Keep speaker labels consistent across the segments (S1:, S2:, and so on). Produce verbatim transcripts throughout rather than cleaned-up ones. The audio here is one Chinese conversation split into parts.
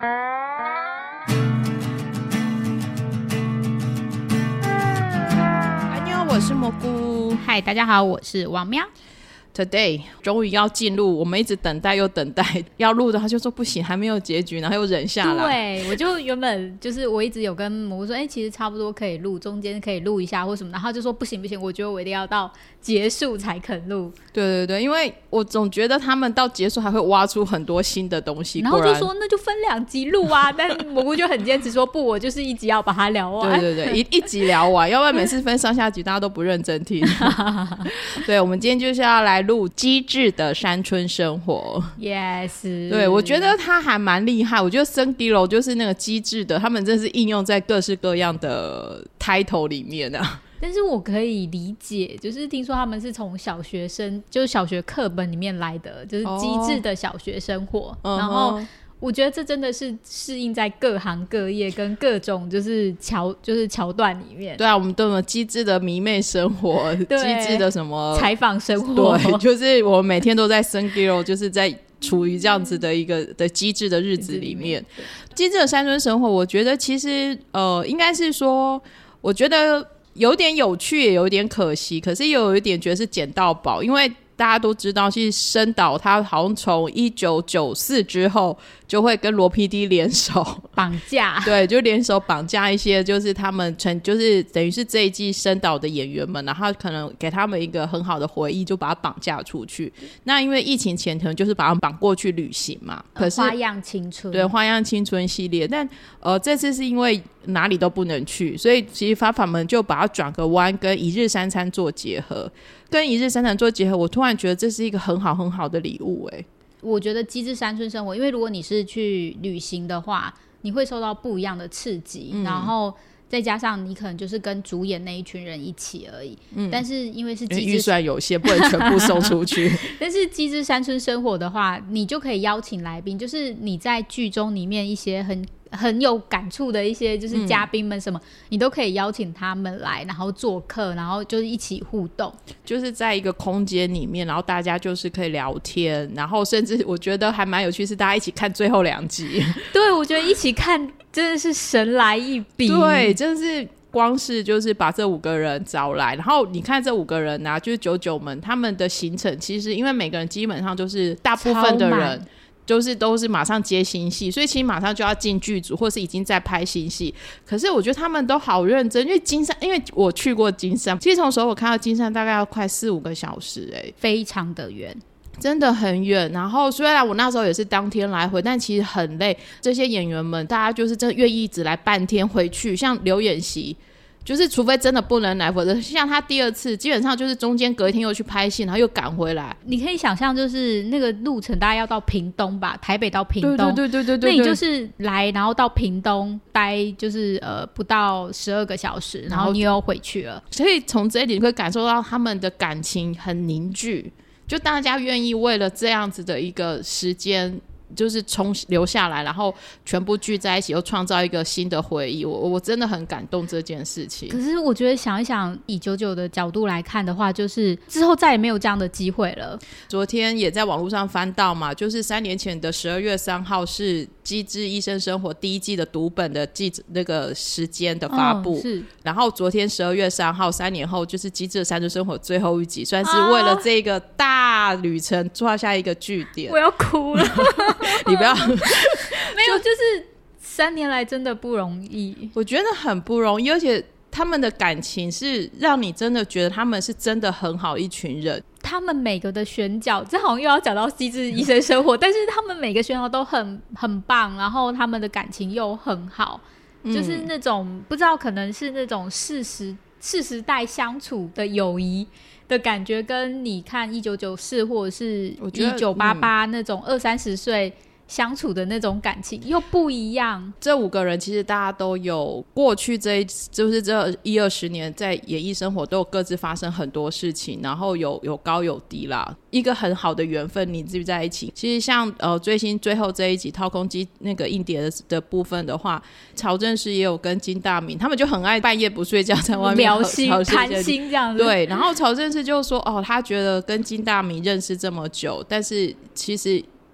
S1: 安妞，我是蘑菇。
S2: 嗨，大家好，我是王喵。
S1: Today 终于要进入，我们一直等待又等待要录的，他就说不行，还没有结局，然后又忍下来。
S2: 对，我就原本就是我一直有跟蘑菇说，哎、欸，其实差不多可以录，中间可以录一下或什么，然后他就说不行不行，我觉得我一定要到结束才肯录。
S1: 对对对，因为我总觉得他们到结束还会挖出很多新的东西，
S2: 然后就说那就分两集录啊，但蘑菇就很坚持说不，我就是一集要把它聊完。
S1: 对对对，一一集聊完，要不然每次分上下集大家都不认真听。对，我们今天就是要来录机智的山村生活。
S2: Yes，
S1: 对，我觉得他还蛮厉害，我觉得生基楼就是那个机智的，他们真是应用在各式各样的 title 里面啊。
S2: 但是我可以理解，就是听说他们是从小学生就是小学课本里面来的，就是机智的小学生活、oh. 然后我觉得这真的是适应在各行各业跟各种就是桥就是桥段里面。
S1: 对啊，我们都有机智的迷妹生活，机智的什么
S2: 采访生活，
S1: 对，就是我每天都在生基楼，就是在处于这样子的一个的机智的日子里面。机智的山村生活，我觉得其实呃，应该是说，我觉得有点有趣，也有点可惜，可是也有一点觉得是捡到宝，因为大家都知道，其实深岛它好像从一九九四之后就会跟罗 P D 联手
S2: 绑架，
S1: 对，就联手绑架一些就是他们成就是等于是这一季深岛的演员们，然后可能给他们一个很好的回忆，就把他绑架出去。那因为疫情前可能就是把他们绑过去旅行嘛，可是
S2: 花样青春，
S1: 对，花样青春系列，但呃这次是因为哪里都不能去，所以其实法法们就把它转个弯，跟一日三餐做结合，跟一日三餐做结合，我突然觉得这是一个很好很好的礼物。哎、欸，
S2: 我觉得机智山村生活，因为如果你是去旅行的话，你会受到不一样的刺激、嗯、然后再加上你可能就是跟主演那一群人一起而已、嗯、但是因为是机智，
S1: 预算有限，不能全部送出去
S2: 但是机智山村生活的话，你就可以邀请来宾，就是你在剧中里面一些很很有感触的一些就是嘉宾们什么、嗯、你都可以邀请他们来，然后做客，然后就是一起互动，
S1: 就是在一个空间里面，然后大家就是可以聊天，然后甚至我觉得还蛮有趣是大家一起看最后两集
S2: 对，我觉得一起看真的是神来一笔，
S1: 对，真的是光是就是把这五个人找来，然后你看这五个人啊，就是九九们他们的行程，其实因为每个人基本上就是大部分的人就是都是马上接新戏，所以其实马上就要进剧组或是已经在拍新戏，可是我觉得他们都好认真，因为金山，因为我去过金山，其实从首尔看到金山大概要快四五个小时、欸、
S2: 非常的远，
S1: 真的很远。然后虽然我那时候也是当天来回，但其实很累，这些演员们大家就是真的愿意一直来半天回去，像刘演习就是除非真的不能来，否则像他第二次基本上就是中间隔一天又去拍戏，然后又赶回来。
S2: 你可以想象就是那个路程大概要到屏东吧，台北到屏东，
S1: 对对对对 对, 对，
S2: 那你就是来然后到屏东待就是呃不到十二个小时，然后你又回去了。
S1: 所以从这一点你会感受到他们的感情很凝聚，就大家愿意为了这样子的一个时间就是冲留下来，然后全部聚在一起，又创造一个新的回忆。我我真的很感动这件事情。
S2: 可是我觉得想一想，以九九的角度来看的话，就是之后再也没有这样的机会了。
S1: 昨天也在网络上翻到嘛，就是三年前的十二月三号是《机智医生生活》第一季的读本的记那个时间的发布、哦、是。然后昨天十二月三号，三年后就是《机智的山村生活》最后一集，算是为了这个大旅程做下一个句点。
S2: 我要哭了
S1: 你不要
S2: 没有，就是三年来真的不容易，
S1: 我觉得很不容易，而且他们的感情是让你真的觉得他们是真的很好一群人，
S2: 他们每个的选角，这好像又要讲到机智医生生活但是他们每个选角都很很棒，然后他们的感情又很好、嗯、就是那种不知道可能是那种世时世时代相处的友谊的感觉，跟你看一九九四或者是一九八八那种二三十岁相处的那种感情又不一样。
S1: 这五个人其实大家都有过去这一就是这一二十年在演艺生活都有各自发生很多事情，然后有有高有低啦，一个很好的缘分凝聚在一起。其实像呃最新最后这一集掏空机那个硬碟 的, 的部分的话，曹正奭也有跟金大明他们就很爱半夜不睡觉在外面
S2: 聊心谈心这样子。
S1: 对，然后曹正奭就说哦，他觉得跟金大明认识这么久，但是其实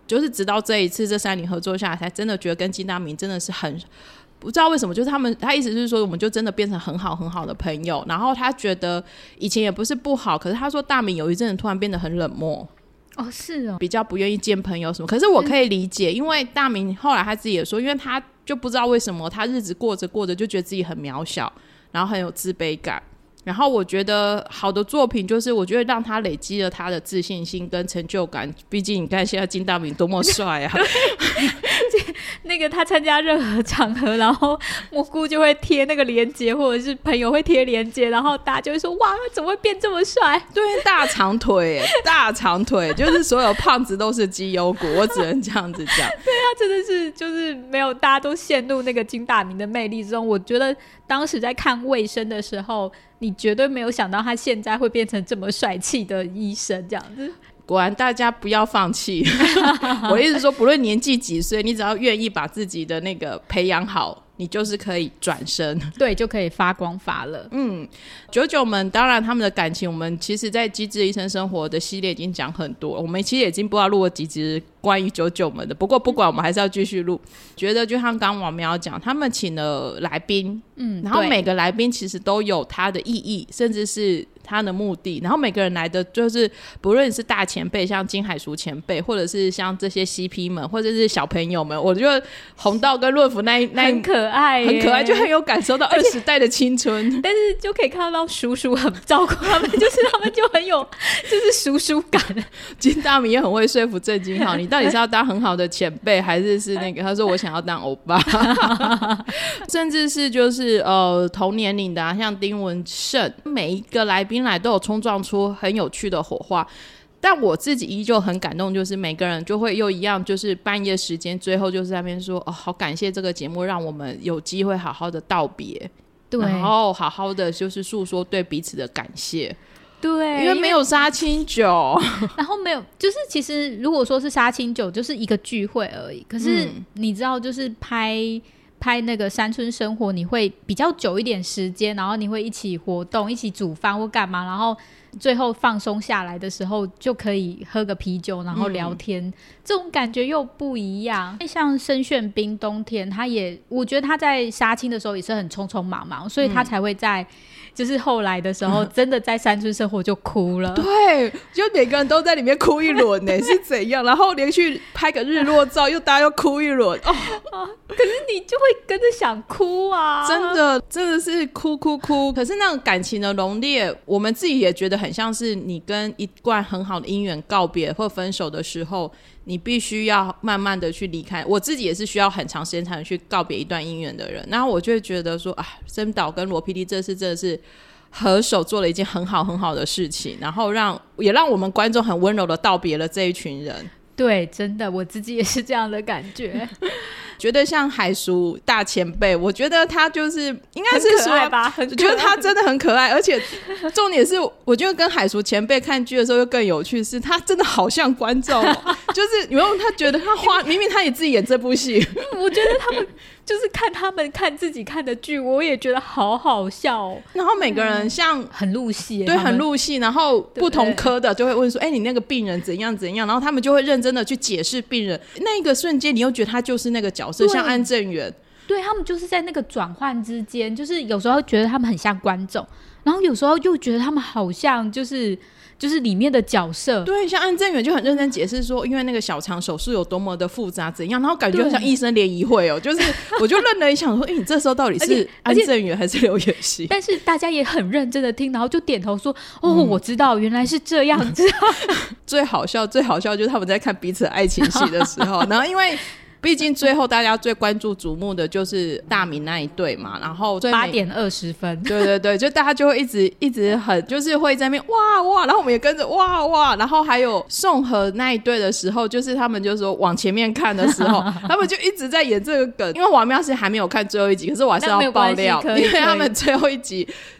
S1: 就是直到这一次这三年合作下来，才真的觉得跟金大明真的是很不知道为什么，就是他们他意思是说我们就真的变成很好很好的朋友，然后他觉得以前也不是不好，可是他说大明有一阵子突然变得很冷漠。
S2: 哦，是哦，
S1: 比较不愿意见朋友什么，可是我可以理解、嗯、因为大明后来他自己也说，因为他就不知道为什么他日子过着过着就觉得自己很渺小，然后很有自卑感，然后我觉得好的作品就是我觉得让他累积了他的自信心跟成就感，毕竟你看现在金大明多么帅啊
S2: 那个他参加任何场合，然后蘑菇就会贴那个连结，或者是朋友会贴连结，然后大家就会说哇怎么会变这么帅。
S1: 对，大长腿大长腿就是所有胖子都是绩优股，我只能这样子讲对，
S2: 他真的是就是没有，大家都陷入那个金大明的魅力之中。我觉得当时在看卫生的时候，你绝对没有想到他现在会变成这么帅气的医生这样子。
S1: 果然大家不要放弃我的意思是说不论年纪几岁，你只要愿意把自己的那个培养好，你就是可以转身，
S2: 对，就可以发光发热。
S1: 嗯，九九们当然他们的感情我们其实在机智医生生活的系列已经讲很多了，我们其实已经不知道录了几集关于九九们的，不过不管我们还是要继续录、嗯、觉得就像刚刚王苗讲，他们请了来宾，嗯，然后每个来宾其实都有他的意义，甚至是他的目的，然后每个人来的就是不论是大前辈像金海淑前辈，或者是像这些 C P 们，或者是小朋友们，我觉得弘道跟润福那那
S2: 很可爱耶，
S1: 很可爱，就很有感受到二十代的青春，
S2: 但是就可以看到叔叔很照顾他们就是他们就很有就是叔叔感
S1: 金大明也很会说服郑经浩，你到底是要当很好的前辈还是是那个他说我想要当欧巴甚至是就是呃同年龄的、啊、像丁文胜，每一个来宾来都有冲撞出很有趣的火花，但我自己依旧很感动，就是每个人就会又一样，就是半夜时间最后就是在那边说哦，好感谢这个节目让我们有机会好好的道别，对，然后好好的就是诉说对彼此的感谢，对，因为没有杀青酒
S2: 然后没有就是其实如果说是杀青酒就是一个聚会而已，可是你知道就是拍拍那个山村生活你会比较久一点时间，然后你会一起活动一起煮饭或干嘛，然后最后放松下来的时候就可以喝个啤酒然后聊天、嗯、这种感觉又不一样。像申炫彬冬天他也我觉得他在杀青的时候也是很匆匆忙忙，所以他才会在、嗯就是后来的时候真的在山村生活就哭了、嗯、
S1: 对，就每个人都在里面哭一轮呢是怎样，然后连续拍个日落照又大家又哭一轮、哦
S2: 啊、可是你就会跟着想哭啊，
S1: 真的真的是哭哭哭。可是那种感情的浓烈我们自己也觉得很像是你跟一段很好的姻缘告别或分手的时候，你必须要慢慢的去离开，我自己也是需要很长时间才能去告别一段姻缘的人，然后我就会觉得说啊，申导跟罗 P D 这次真的是合手做了一件很好很好的事情，然后让也让我们观众很温柔的道别了这一群人。
S2: 对，真的我自己也是这样的感觉
S1: 觉得像海叔大前辈，我觉得他就是应该是说
S2: 很可爱吧，很可爱，
S1: 我觉得他真的很可爱，而且重点是我觉得跟海叔前辈看剧的时候又更有趣，是他真的好像观众、哦、就是因为他觉得他花明明他也自己演这部戏
S2: 我觉得他们就是看他们看自己看的剧我也觉得好好笑哦。
S1: 然后每个人像、嗯、
S2: 很入戏，
S1: 对，很入戏，然后不同科的就会问说哎、欸，你那个病人怎样怎样，然后他们就会认真的去解释病人，那个瞬间你又觉得他就是那个角色，像安正元，
S2: 对，他们就是在那个转换之间，就是有时候觉得他们很像观众，然后有时候又觉得他们好像就是就是里面的角色。对，
S1: 像安正元就很认真解释说因为那个小肠手术有多么的复杂怎样，然后感觉像医生联谊会哦，就是我就愣了一想说哎、欸，你这时候到底是安正元还是刘演熙？
S2: 但是大家也很认真的听，然后就点头说哦、嗯、我知道原来是这样子
S1: 最好笑最好笑就是他们在看彼此的爱情戏的时候然后因为毕竟最后大家最关注瞩目的就是大明那一对嘛，然后
S2: 八点二十分，
S1: 对对对，就大家就会一直一直很就是会在那边哇哇，然后我们也跟着哇哇，然后还有宋和那一对的时候，就是他们就说往前面看的时候他们就一直在演这个梗，因为王妙是还没有看最后一集，可是我还是要爆料，因为他们最后一集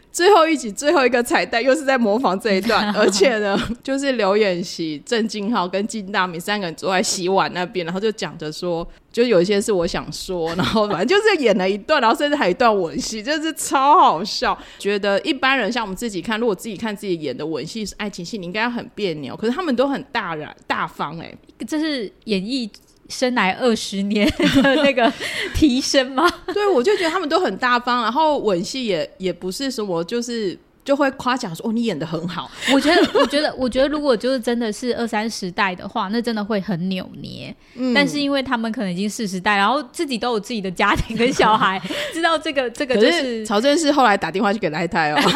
S1: 最后一集最后一个彩蛋又是在模仿这一段而且呢就是刘演熙、郑敬浩跟金大明三个人坐在洗碗那边，然后就讲着说就有一些是我想说，然后反正就是演了一段，然后甚至还有一段吻戏，就是超好笑。觉得一般人像我们自己看，如果自己看自己演的吻戏爱情戏，你应该很别扭，可是他们都很大然大方。哎、
S2: 欸，这是演艺生来二十年的那个提升吗？
S1: 对，我就觉得他们都很大方，然后吻戏也也不是什么就是就会夸奖说哦你演得很好。
S2: 我觉得我觉得我觉得如果就是真的是二三十代的话，那真的会很扭捏、嗯、但是因为他们可能已经四十代，然后自己都有自己的家庭跟小孩知道这个这个就是，可是
S1: 曹正奭后来打电话去给赖太哦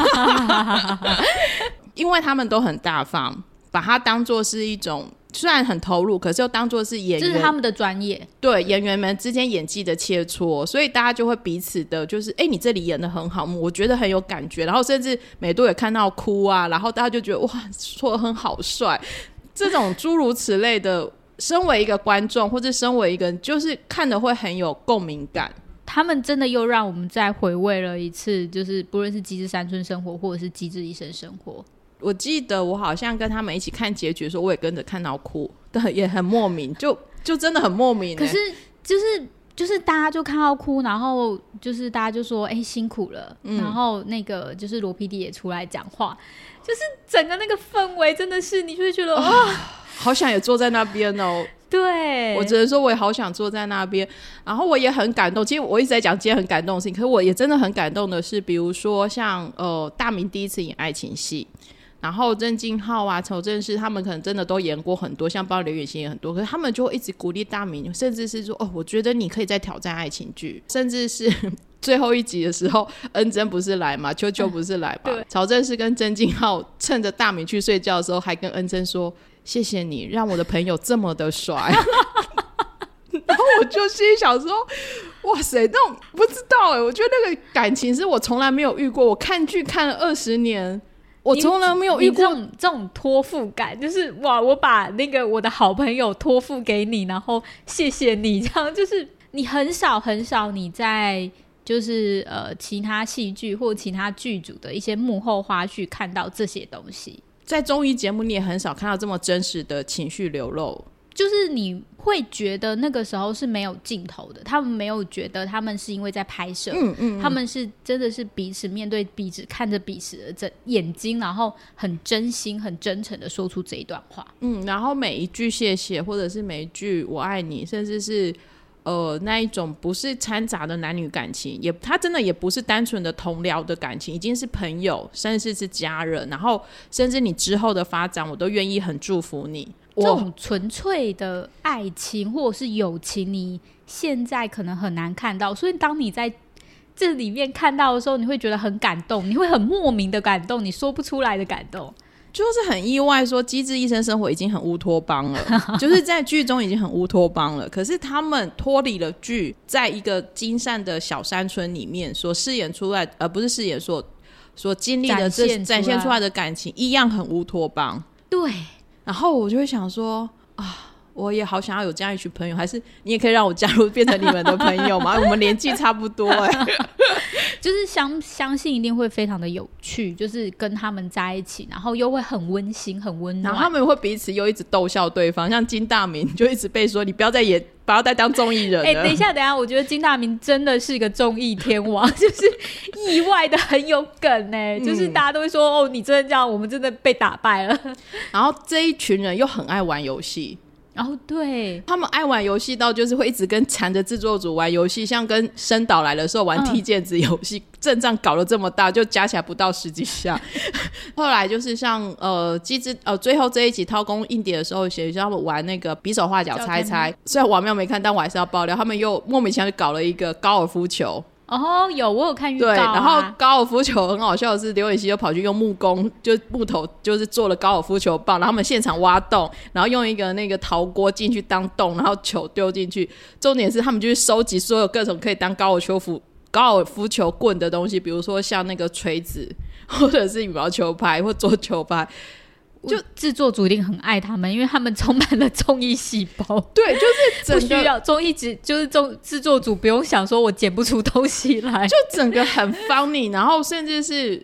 S1: 因为他们都很大方，把它当作是一种虽然很投入，可是又当作是演员，
S2: 这是他们的专业，
S1: 对演员们之间演技的切磋，所以大家就会彼此的就是哎、欸，你这里演得很好，我觉得很有感觉，然后甚至美都也看到哭啊，然后大家就觉得哇说得很好帅，这种诸如此类的身为一个观众或者身为一个就是看的会很有共鸣感。
S2: 他们真的又让我们再回味了一次，就是不论是机智山村生活或者是机智医生生活。
S1: 我记得我好像跟他们一起看结局的时候，我也跟着看到哭，对，也很莫名，就就真的很莫名、欸。
S2: 可是就是就是大家就看到哭，然后就是大家就说哎、欸、辛苦了、嗯，然后那个就是罗 P D 也出来讲话，就是整个那个氛围真的是你就会觉得哇、哦，
S1: 好想也坐在那边哦。
S2: 对，
S1: 我只能说我也好想坐在那边，然后我也很感动。其实我一直在讲今天很感动的事情，可是我也真的很感动的是，比如说像呃大明第一次演爱情戏。然后郑敬浩啊、曹正奭他们可能真的都演过很多，像包括刘演熙也很多，可是他们就会一直鼓励大明，甚至是说哦，我觉得你可以再挑战爱情剧，甚至是最后一集的时候，恩珍不是来嘛，秋秋不是来嘛，曹正奭跟郑敬浩趁着大明去睡觉的时候，还跟恩珍说谢谢你让我的朋友这么的帅然后我就心里想说哇塞，那种不知道哎、欸，我觉得那个感情是我从来没有遇过，我看剧看了二十年我从来没有遇过
S2: 这种这种托付感，就是哇，我把那个我的好朋友托付给你，然后谢谢你，这样就是你很少很少你在就是呃其他戏剧或其他剧组的一些幕后花絮看到这些东西，
S1: 在综艺节目你也很少看到这么真实的情绪流露，
S2: 就是你会觉得那个时候是没有镜头的，他们没有觉得他们是因为在拍摄、嗯嗯嗯、他们是真的是彼此面对彼此，看着彼此的眼睛，然后很真心很真诚的说出这一段话。
S1: 嗯，然后每一句谢谢或者是每一句我爱你，甚至是呃那一种不是掺杂的男女感情，也他真的也不是单纯的同僚的感情，已经是朋友甚至是家人，然后甚至你之后的发展我都愿意很祝福你。
S2: 这种纯粹的爱情或者是友情你现在可能很难看到，所以当你在这里面看到的时候你会觉得很感动，你会很莫名的感动，你说不出来的感动，
S1: 就是很意外说机智医生生活已经很乌托邦了就是在剧中已经很乌托邦了，可是他们脱离了剧，在一个金山的小山村里面所饰演出来而、呃、不是饰演所所经历的这展现, 展现出来的感情一样很乌托邦。
S2: 对，
S1: 然后我就会想说啊，我也好想要有这样一群朋友，还是你也可以让我加入变成你们的朋友吗我们年纪差不多哎、欸，
S2: 就是相相信一定会非常的有趣，就是跟他们在一起，然后又会很温馨很温暖，
S1: 然后他们会彼此又一直逗笑对方，像金大明就一直被说你不要再演不要再当综艺人了。哎、
S2: 欸，等一下等一下，我觉得金大明真的是一个综艺天王就是意外的很有梗哎、欸嗯，就是大家都会说哦你真的这样我们真的被打败了
S1: 然后这一群人又很爱玩游戏，
S2: 然后、哦、对
S1: 他们爱玩游戏到就是会一直跟缠着制作组玩游戏，像跟深岛来的时候玩踢毽子游戏、嗯、阵仗搞了这么大就加起来不到十几下后来就是像呃机智呃最后这一集掏空硬碟的时候写他们玩那个比手画脚猜猜，虽然王妙没看但我还是要爆料，他们又莫名其妙就搞了一个高尔夫球。
S2: 哦，有我有看预告、啊、
S1: 对，然后高尔夫球很好笑的是刘演熙又跑去用木工就木头就是做了高尔夫球棒，然后他们现场挖洞，然后用一个那个陶锅进去当洞，然后球丢进去，重点是他们就去收集所有各种可以当高尔夫球高尔夫球棍的东西，比如说像那个锤子或者是羽毛球拍或桌球拍，
S2: 就制作组一定很爱他们，因为他们充满了综艺细胞。
S1: 对，就是整个
S2: 不需要综艺制，就是制作组不用想说我剪不出东西来，
S1: 就整个很 funny 然后甚至是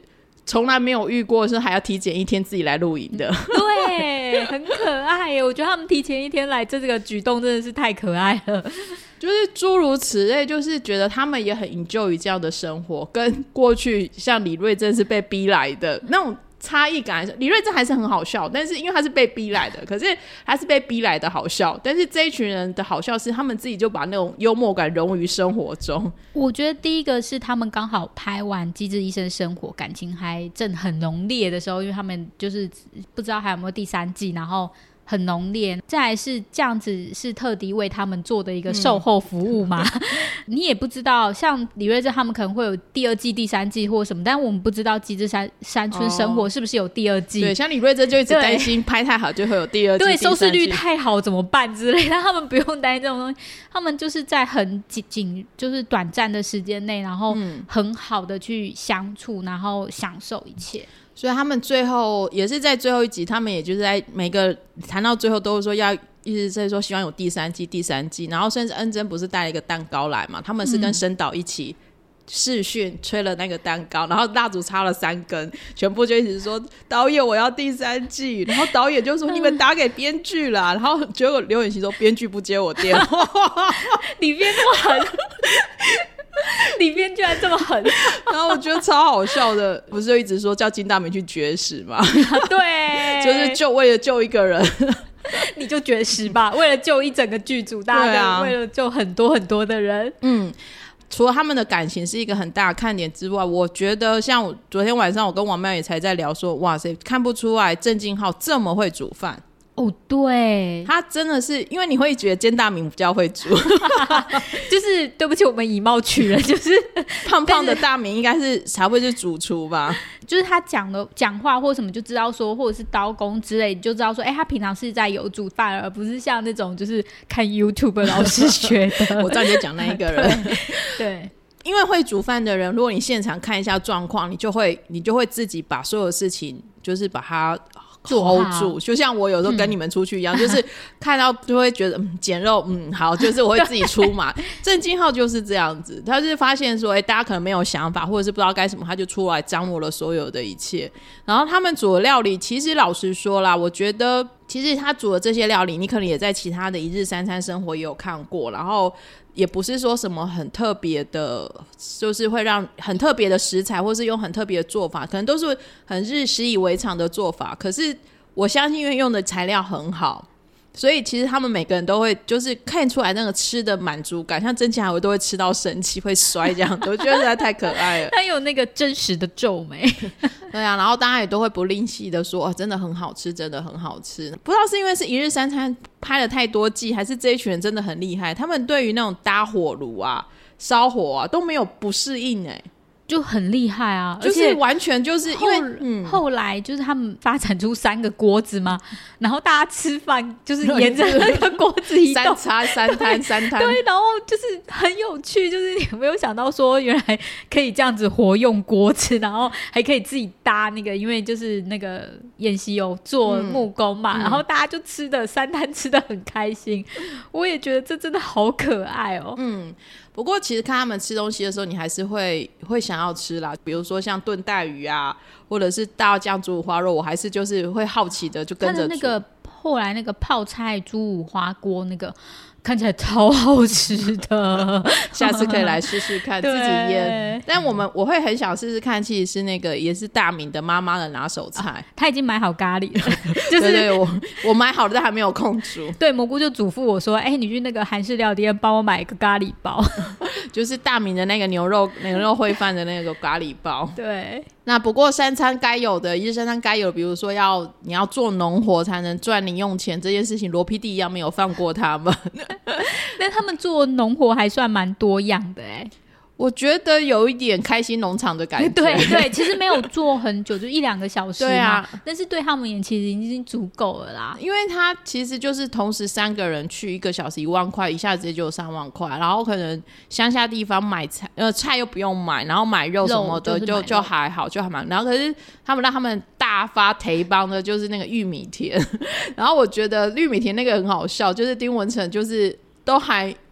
S1: 从来没有遇过是还要提前一天自己来露营的。
S2: 对，很可爱耶，我觉得他们提前一天来这个举动真的是太可爱了，
S1: 就是诸如此类，就是觉得他们也很 enjoy 于这样的生活，跟过去像李瑞珍是被逼来的那种差异感。李瑞珍还是很好笑，但是因为他是被逼来的，可是他是被逼来的好笑，但是这一群人的好笑是他们自己就把那种幽默感融于生活中。
S2: 我觉得第一个是他们刚好拍完《机智医生生活》，感情还正很浓烈的时候，因为他们就是不知道还有没有第三季，然后很浓烈。再来是这样子是特地为他们做的一个售后服务嘛、嗯、你也不知道像李瑞珍他们可能会有第二季第三季或什么，但我们不知道机智山山村生活是不是有第二季、
S1: 哦、对，像李瑞珍就一直担心拍太好就会有第二季，
S2: 对，收视率太好怎么办之类的，他们不用担心这种东西，他们就是在很紧就是短暂的时间内，然后很好的去相处，然后享受一切。
S1: 所以他们最后也是在最后一集，他们也就是在每个谈到最后都是说要一直在说希望有第三季第三季，然后甚至恩珍不是带了一个蛋糕来嘛，他们是跟申导一起视讯吹了那个蛋糕，然后蜡烛插了三根，全部就一直说导演我要第三季，然后导演就说你们打给编剧啦，然后结果刘演熙说编剧不接我电话
S2: 你编这么狠里面居然这么狠
S1: 然后我觉得超好笑的，不是就一直说叫金大明去绝食吗
S2: 对，
S1: 就是就为了救一个人
S2: 你就绝食吧，为了救一整个剧组，大家、啊、为了救很多很多的人。
S1: 嗯，除了他们的感情是一个很大的看点之外，我觉得像我昨天晚上我跟王妙也才在聊说，哇塞，看不出来郑敬浩这么会煮饭
S2: 哦，对，
S1: 他真的是，因为你会觉得坚大明比较会煮
S2: 就是对不起我们以貌取人，就是
S1: 胖胖的大明应该是才会是主厨吧，
S2: 就是他讲的讲话或什么就知道说，或者是刀工之类，你就知道说哎、欸，他平常是在有煮饭，而不是像那种就是看 YouTube 老师学的
S1: 我知道你在讲那一个人
S2: 对, 对
S1: 因为会煮饭的人，如果你现场看一下状况，你就会你就会自己把所有事情就是把它hold 住，就像我有时候跟你们出去一样、嗯、就是看到就会觉得嗯捡肉嗯好，就是我会自己出马郑敬浩就是这样子，他就是发现说哎、欸，大家可能没有想法或者是不知道该什么，他就出来掌握了所有的一切。然后他们煮的料理其实老实说啦，我觉得其实他煮的这些料理你可能也在其他的一日三餐生活也有看过，然后也不是说什么很特别的，就是会让很特别的食材或是用很特别的做法，可能都是很日习以为常的做法，可是我相信因为用的材料很好，所以其实他们每个人都会就是看出来那个吃的满足感，像真假我都会吃到生气会摔这样我觉得实在太可爱了
S2: 他有那个真实的皱眉
S1: 对啊，然后大家也都会不吝惜的说、哦、真的很好吃，真的很好吃。不知道是因为是一日三餐拍了太多季，还是这一群人真的很厉害，他们对于那种搭火炉啊烧火啊都没有不适应耶、欸
S2: 就很厉害啊，
S1: 就是完全就是因为
S2: 后、
S1: 嗯、
S2: 后来就是他们发展出三个锅子嘛，然后大家吃饭就是沿着那个锅子移动
S1: 三叉三摊三摊，
S2: 对，然后就是很有趣，就是你没有想到说原来可以这样子活用锅子，然后还可以自己搭那个，因为就是那个演习有做木工嘛、嗯、然后大家就吃的三摊吃的很开心，我也觉得这真的好可爱哦。
S1: 嗯，不过其实看他们吃东西的时候你还是会会想要吃啦，比如说像炖带鱼啊，或者是大酱猪五花肉，我还是就是会好奇的就跟着煮。
S2: 那个后来那个泡菜猪五花锅那个看起来超好吃的
S1: 下次可以来试试看自己腌。但我们我会很想试试看，其实是那个也是大明的妈妈的拿手菜、啊、
S2: 他已经买好咖喱了就是
S1: 对对，我我买好了但还没有空煮。
S2: 对，蘑菇就嘱咐我说哎、欸，你去那个韩式料理店帮我买一个咖喱包
S1: 就是大明的那个牛肉牛肉烩饭的那个咖喱包。
S2: 对，
S1: 那不过三餐该有的一日三餐该有的，比如说要你要做农活才能赚零用钱这件事情，罗 P D 一样没有放过他们
S2: 但他们做农活还算蛮多样的哎、欸，
S1: 我觉得有一点开心农场的感觉。
S2: 对对，其实没有做很久，就一两个小时嘛。
S1: 对啊，
S2: 但是对他们也其实已经足够了啦。
S1: 因为他其实就是同时三个人去，一个小时一万块，一下直接就有三万块，然后可能乡下地方买菜，呃，菜又不用买，然后买肉什么的就就还好，就还蛮。然后可是他们让他们大发颓邦的就是那个玉米田，然后我觉得玉米田那个很好笑，就是丁文成就是都还。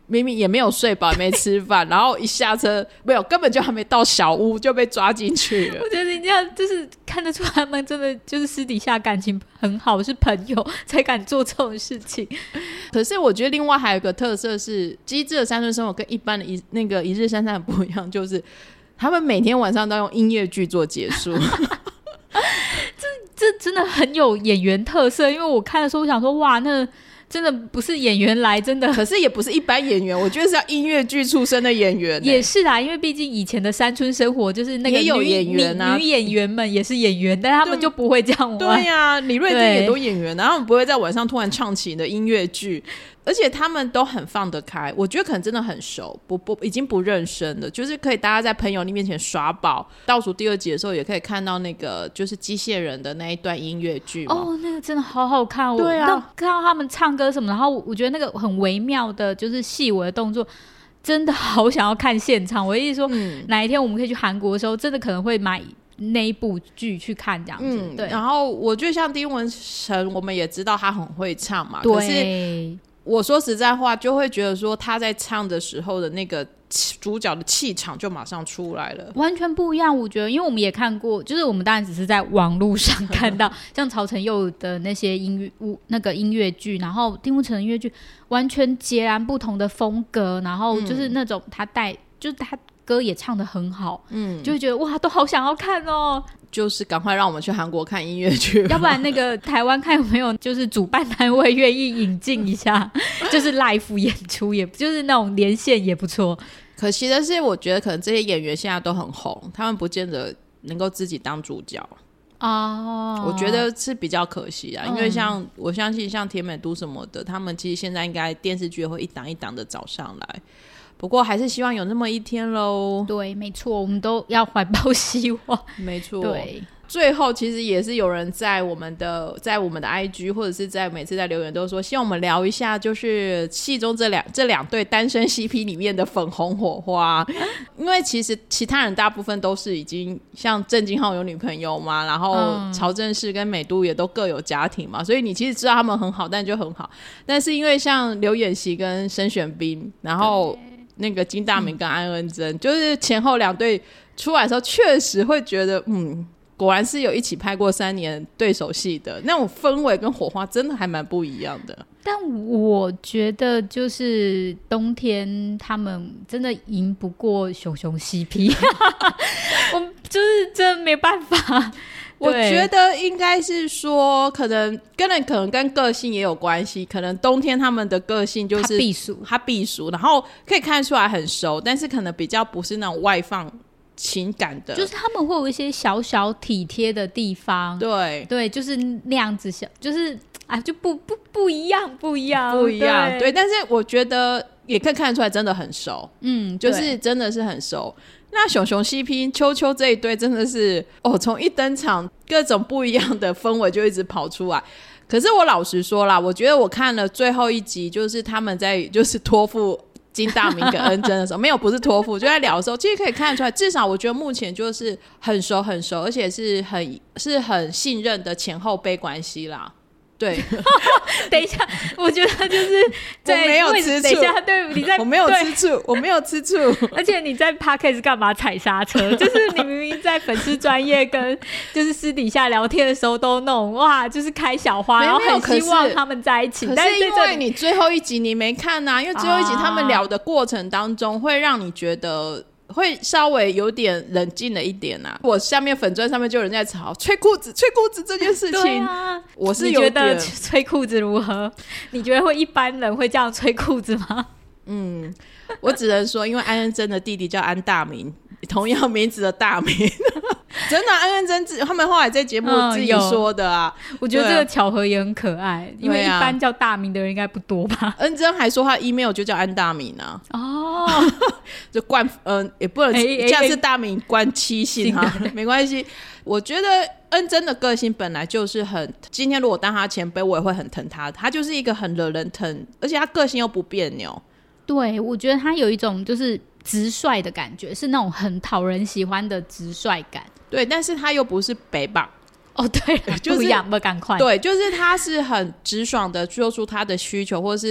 S1: 明明也没有睡饱也没吃饭然后一下车没有根本就还没到小屋就被抓进去了。
S2: 我觉得人家就是看得出他们真的就是私底下感情很好，是朋友才敢做这种事情。
S1: 可是我觉得另外还有一个特色是机智的山村生活跟一般的一那个一日三餐不一样，就是他们每天晚上都用音乐剧做结束
S2: 这这真的很有演员特色，因为我看的时候我想说哇那真的不是演员来，真的
S1: 可是也不是一般演员，我觉得是要音乐剧出身的演员、欸、
S2: 也是啦，因为毕竟以前的山村生活就是那个
S1: 也有演员啊，
S2: 女, 女演员们也是演员，但他们就不会这样玩。
S1: 对呀、啊，李瑞珍也都演员，然后他们不会在晚上突然唱起你的音乐剧，而且他们都很放得开，我觉得可能真的很熟，不不已经不认生了，就是可以大家在朋友面前耍宝。倒数第二集的时候也可以看到那个就是机械人的那一段音乐剧
S2: 哦，那个真的好好看。
S1: 对啊，
S2: 看到他们唱歌什么，然后我觉得那个很微妙的就是细微的动作真的好想要看现场。我意思说、嗯、哪一天我们可以去韩国的时候真的可能会买那一部剧去看这样子、嗯、对。
S1: 然后我觉得像丁文成我们也知道他很会唱嘛，
S2: 对，
S1: 可是我说实在话就会觉得说他在唱的时候的那个主角的气场就马上出来了，
S2: 完全不一样。我觉得因为我们也看过，就是我们当然只是在网络上看到像曹承佑的那些音乐那个音乐剧，然后丁文成的音乐剧完全截然不同的风格，然后就是那种他带、嗯、就是他歌也唱得很好，嗯，就会觉得哇都好想要看哦，
S1: 就是赶快让我们去韩国看音乐剧，
S2: 要不然那个台湾看有没有就是主办单位愿意引进一下就是 live 演出，也就是那种连线也不错。
S1: 可惜的是我觉得可能这些演员现在都很红，他们不见得能够自己当主角哦，我觉得是比较可惜啊、嗯、因为像我相信像铁美都什么的，他们其实现在应该电视剧会一档一档的找上来，不过还是希望有那么一天咯。
S2: 对，没错，我们都要怀抱希望。
S1: 没错，
S2: 对。
S1: 最后其实也是有人在我们的在我们的 I G 或者是在每次在留言都说希望我们聊一下就是戏中这两这两对单身 C P 里面的粉红火花因为其实其他人大部分都是已经像郑敬浩有女朋友嘛，然后曹正奭跟美都也都各有家庭嘛，所以你其实知道他们很好，但就很好。但是因为像刘演习跟申玄彬，然后那个金大明跟安恩珍、嗯、就是前后两对出来的时候确实会觉得嗯果然是有一起拍过三年对手戏的，那种氛围跟火花真的还蛮不一样的。
S2: 但我觉得就是冬天他们真的赢不过熊熊 C P 我就是真的没办法。
S1: 我觉得应该是说可能跟人可能跟个性也有关系，可能冬天他们的个性就是
S2: 他避暑
S1: 他避暑，然后可以看出来很熟，但是可能比较不是那种外放情感的，
S2: 就是他们会有一些小小体贴的地方，
S1: 对对，
S2: 就是那样子小，就是啊就不不不一样不一样
S1: 不一样 对, 对，但是我觉得也可以看得出来真的很熟，嗯，就是真的是很熟。那熊熊 C P 秋秋这一对真的是哦，从一登场各种不一样的氛围就一直跑出来。可是我老实说啦，我觉得我看了最后一集，就是他们在就是托付金大明跟恩珍的时候没有不是托付就在聊的时候，其实可以看得出来，至少我觉得目前就是很熟很熟，而且是很是很信任的前后辈关系啦。对
S2: 等一下我觉得就是在
S1: 我没有吃醋，
S2: 等一下对你在
S1: 我没有吃醋我没有吃醋
S2: 而且你在 Podcast 干嘛踩刹车就是你明明在粉丝专业跟就是私底下聊天的时候都弄哇就是开小花，然后很希望他们在一起，
S1: 可是因为你最后一集你没看啊，因为最后一集他们聊的过程当中会让你觉得会稍微有点冷静了一点啊。我下面粉专上面就有人在吵吹裤子吹裤子这件事情对、啊、我是有点，你觉
S2: 得吹裤子如何？你觉得会一般人会这样吹裤子吗？
S1: 嗯，我只能说因为安恩珍的弟弟叫安大明，同样名字的大明真的安恩珍他们后来在节目自己说的啊、
S2: 嗯、我觉得这个巧合也很可爱、啊、因为一般叫大明的人应该不多吧。
S1: 恩珍还说他 email 就叫安大明啊，哦就冠嗯、呃、也不能这样是大明冠七姓哈、啊，没关系。我觉得恩珍的个性本来就是很，今天如果当他前辈我也会很疼他，他就是一个很惹人疼，而且他个性又不别扭。对，
S2: 我觉得他有一种就是直率的感觉，是那种很讨人喜欢的直率感。
S1: 对，但是他又不是北棒
S2: 哦，对了，就是不一样，不赶快。
S1: 对，就是他是很直爽的说出他的需求，或是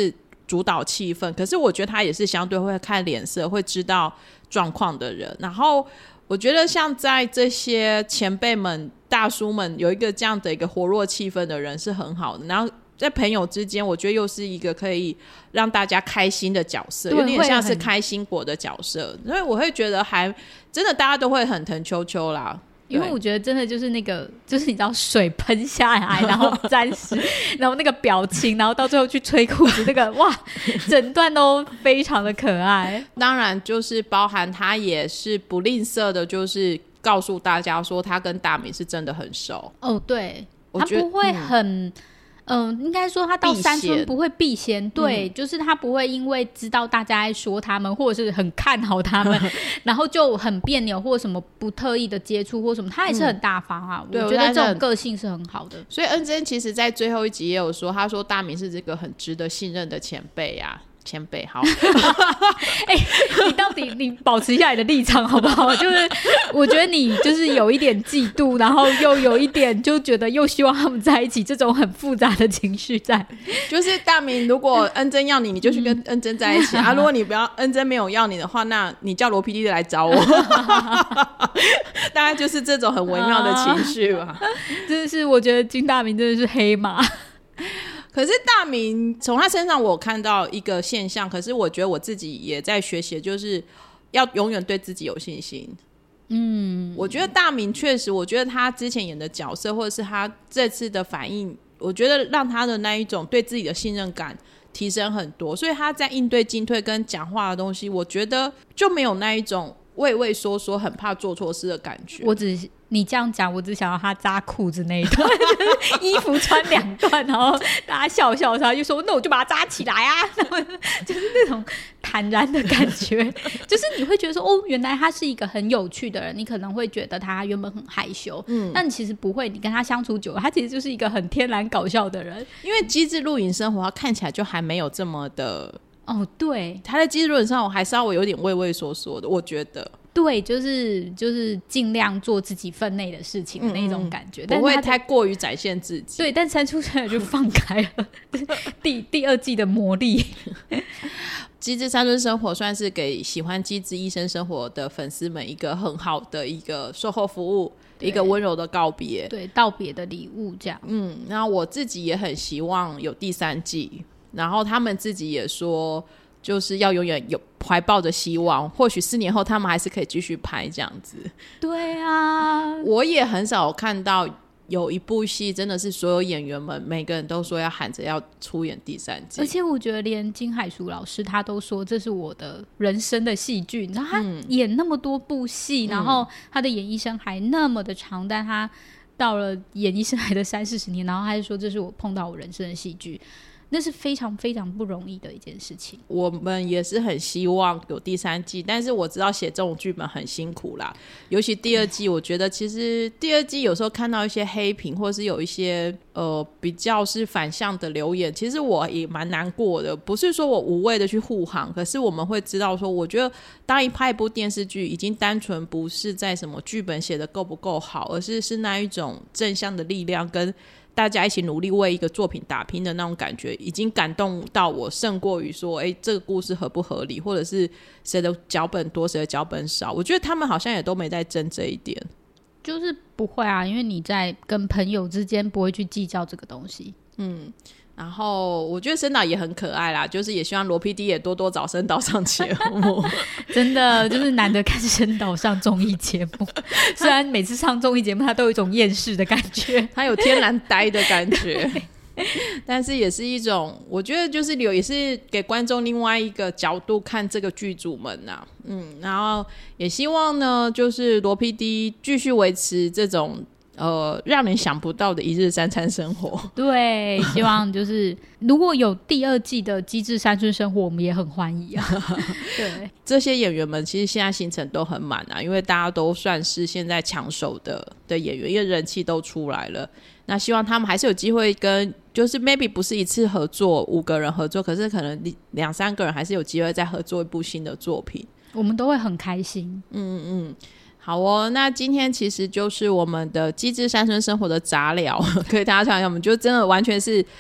S1: 主导气氛，可是我觉得他也是相对会看脸色，会知道状况的人。然后我觉得像在这些前辈们大叔们有一个这样的一个活络气氛的人是很好的，然后在朋友之间我觉得又是一个可以让大家开心的角色，有点像是开心果的角色，所以我会觉得还真的大家都会很疼秋秋啦。
S2: 因为我觉得真的就是那个就是你知道水喷下来然后沾湿然后那个表情然后到最后去吹裤子那个哇整段都非常的可爱。
S1: 当然就是包含他也是不吝啬的就是告诉大家说他跟大明是真的很熟。
S2: 哦对，他不会很嗯、呃，应该说他到山村不会避嫌，对、嗯，就是他不会因为知道大家在说他们，或者是很看好他们，然后就很别扭或什么不特意的接触或什么，他也是很大方啊。嗯、我觉得这种个性是很好的。
S1: 所以恩珍其实在最后一集也有说，他说大明是这个很值得信任的前辈啊。前辈好
S2: 哎、欸，你到底你保持一下你的立场好不好？就是我觉得你就是有一点嫉妒，然后又有一点就觉得又希望他们在一起，这种很复杂的情绪在。
S1: 就是大明如果恩珍要你你就去跟恩珍在一起、嗯、啊，如果你不要恩珍没有要你的话，那你叫罗 P D 来找我大概就是这种很微妙的情绪吧。
S2: 真的是我觉得金大明真的是黑马。
S1: 可是大明从他身上我看到一个现象，可是我觉得我自己也在学习，就是要永远对自己有信心。嗯，我觉得大明确实，我觉得他之前演的角色或者是他这次的反应，我觉得让他的那一种对自己的信任感提升很多，所以他在应对进退跟讲话的东西，我觉得就没有那一种畏畏缩缩很怕做错事的感觉。
S2: 我只你这样讲我只想要他扎裤子那一段就是衣服穿两段然后大家笑笑他就说那我就把它扎起来啊然后就是那种坦然的感觉就是你会觉得说哦原来他是一个很有趣的人，你可能会觉得他原本很害羞，嗯，但其实不会，你跟他相处久了他其实就是一个很天然搞笑的人。
S1: 因为机智露营生活他看起来就还没有这么的
S2: 哦，对，
S1: 他在机智露营上我还稍微有点畏畏缩缩的，我觉得
S2: 对，就是就是尽量做自己分内的事情的那种感觉，嗯、
S1: 不会太过于展现自己。
S2: 对，但三出生就放开了第第二季的魔力。
S1: 机智山村生活算是给喜欢机智医生生活的粉丝们一个很好的一个售后服务，一个温柔的告别，
S2: 对，道别的礼物这样。
S1: 嗯，那我自己也很希望有第三季，然后他们自己也说就是要永远有怀抱着希望，或许四年后他们还是可以继续拍这样子。
S2: 对啊，
S1: 我也很少看到有一部戏真的是所有演员们每个人都说要喊着要出演第三季，
S2: 而且我觉得连金海淑老师他都说这是我的人生的戏剧，你知道他演那么多部戏、嗯、然后他的演艺生涯那么的长，但他到了演艺生涯的三四十年，然后他就说这是我碰到我人生的戏剧，那是非常非常不容易的一件事情。
S1: 我们也是很希望有第三季，但是我知道写这种剧本很辛苦啦，尤其第二季我觉得其实第二季有时候看到一些黑屏或是有一些呃比较是反向的留言，其实我也蛮难过的，不是说我无谓的去护航，可是我们会知道说我觉得当一拍一部电视剧已经单纯不是在什么剧本写得够不够好，而是是那一种正向的力量跟大家一起努力为一个作品打拼的那种感觉，已经感动到我胜过于说哎，这个故事合不合理，或者是谁的脚本多谁的脚本少，我觉得他们好像也都没在争这一点。
S2: 就是不会啊，因为你在跟朋友之间不会去计较这个东西。
S1: 嗯，然后我觉得申导也很可爱啦，就是也希望罗 P D 也多多找申导上节目
S2: 真的就是难得看申导上综艺节目虽然每次上综艺节目他都有一种厌世的感觉，
S1: 他有天然呆的感觉但是也是一种我觉得就是有也是给观众另外一个角度看这个剧组们啊，嗯，然后也希望呢就是罗 P D 继续维持这种呃，让人想不到的一日三餐生活。
S2: 对，希望就是如果有第二季的机智山村生活我们也很欢迎啊对，
S1: 这些演员们其实现在行程都很满啊，因为大家都算是现在抢手的的演员，因为人气都出来了，那希望他们还是有机会跟就是 maybe 不是一次合作五个人合作，可是可能两三个人还是有机会再合作一部新的作品，
S2: 我们都会很开心。
S1: 嗯嗯，好哦，那今天其实就是我们的机智山村生活的杂聊可以大家想想，我们就真的完全是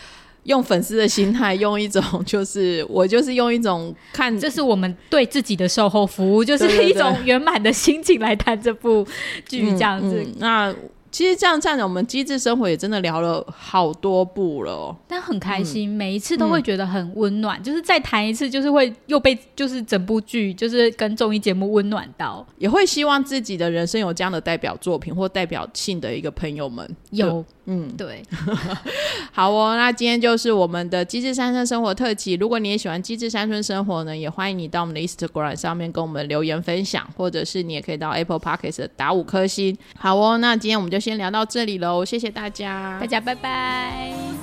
S1: 用粉丝的心态，用一种就是我就是用一种看，
S2: 这是我们对自己的售后服务，就是一种圆满的心情来谈这部剧这样子。
S1: 嗯嗯、那其实这样站着我们机智生活也真的聊了好多部了、哦、
S2: 但很开心、嗯、每一次都会觉得很温暖、嗯、就是再谈一次就是会又被就是整部剧就是跟综艺节目温暖到，
S1: 也会希望自己的人生有这样的代表作品或代表性的一个朋友们
S2: 有
S1: 嗯，
S2: 对
S1: 好哦，那今天就是我们的机智山村生活特辑。如果你也喜欢机智山村生活呢，也欢迎你到我们的 Instagram 上面跟我们留言分享，或者是你也可以到 Apple Podcast 打五颗星。好哦，那今天我们就先聊到这里咯，谢谢大家，
S2: 大家拜拜。